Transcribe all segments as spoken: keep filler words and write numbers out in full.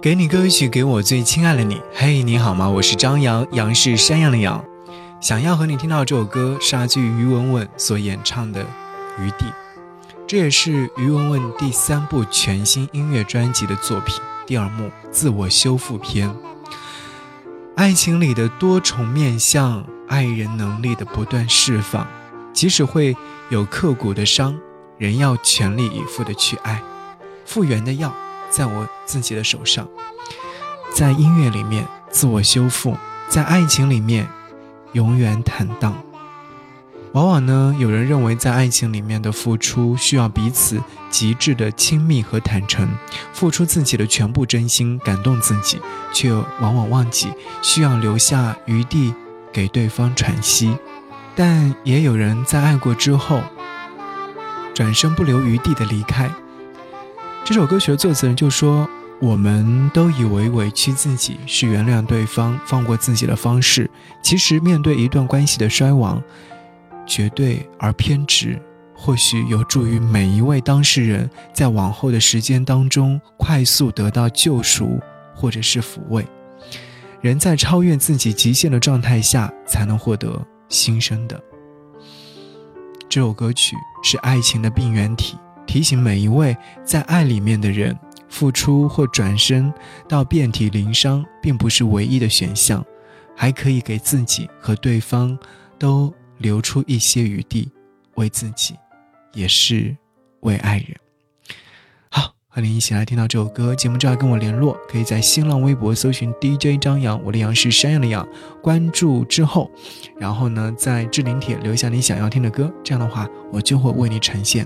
给你歌曲，给我最亲爱的你。嘿、hey, 你好吗？我是张扬，杨是山羊的羊。想要和你听到这首歌是来自于于文文所演唱的《余地》，这也是于文文第三部全新音乐专辑的作品，第二幕自我修复篇。爱情里的多重面向，爱人能力的不断释放，即使会有刻骨的伤，仍要全力以赴的去爱。复原的药在我自己的手上，在音乐里面自我修复，在爱情里面永远坦荡。往往呢，有人认为在爱情里面的付出需要彼此极致的亲密和坦诚，付出自己的全部真心感动自己，却往往忘记需要留下余地给对方喘息。但也有人在爱过之后转身不留余地的离开。这首歌曲的作词人就说，我们都以为委屈自己是原谅对方放过自己的方式，其实面对一段关系的衰亡，绝对而偏执或许有助于每一位当事人在往后的时间当中快速得到救赎或者是抚慰。人在超越自己极限的状态下才能获得新生的。这首歌曲是爱情的病原体，提醒每一位在爱里面的人，付出或转身到遍体鳞伤并不是唯一的选项，还可以给自己和对方都留出一些余地，为自己也是为爱人。好，和你一起来听到这首歌。节目之外跟我联络，可以在新浪微博搜寻 D J 张扬，我的杨是山羊的羊，关注之后，然后呢在置顶帖留下你想要听的歌，这样的话我就会为你呈现。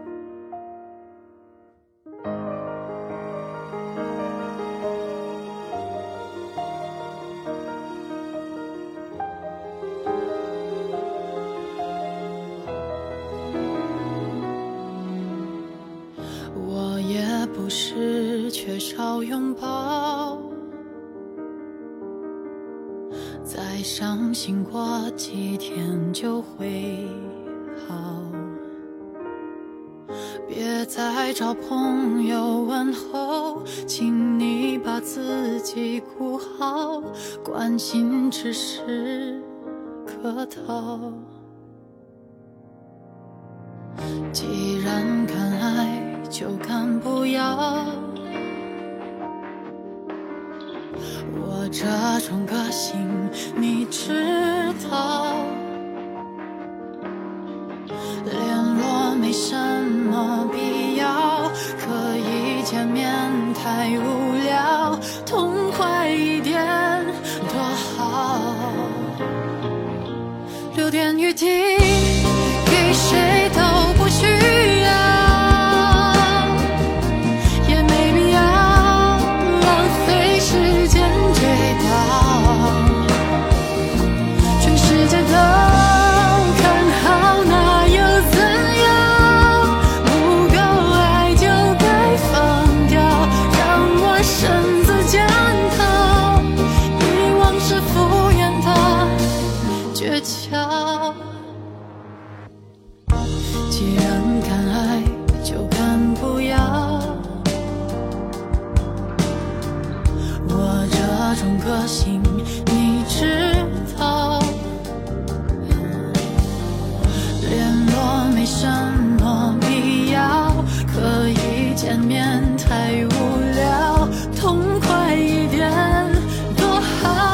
不是缺少拥抱，再伤心过几天就会好，别再找朋友问候，请你把自己顾好，关心只是客套。既然敢爱就敢不要，我这种个性你知道，联络没什么必要，可以见面太无聊，痛快一点多好，留点余地给谁都不需要，既然敢爱就敢不要，我这种个性你知道，联络没什么必要，可以见面太无聊，痛快一点多好，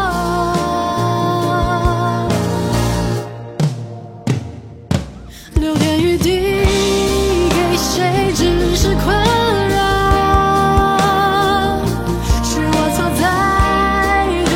留点余地给谁只是困扰，是我错在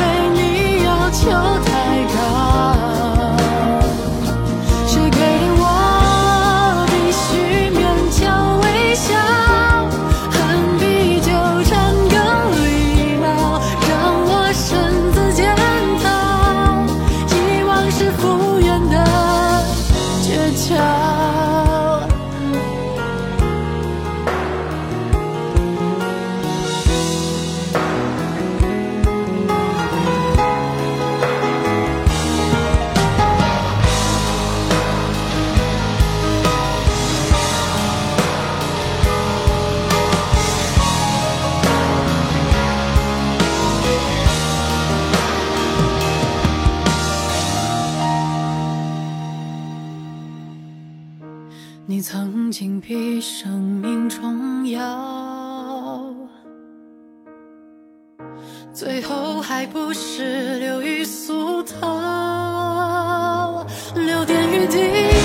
你曾经比生命重要，最后还不是流于俗套。留点余地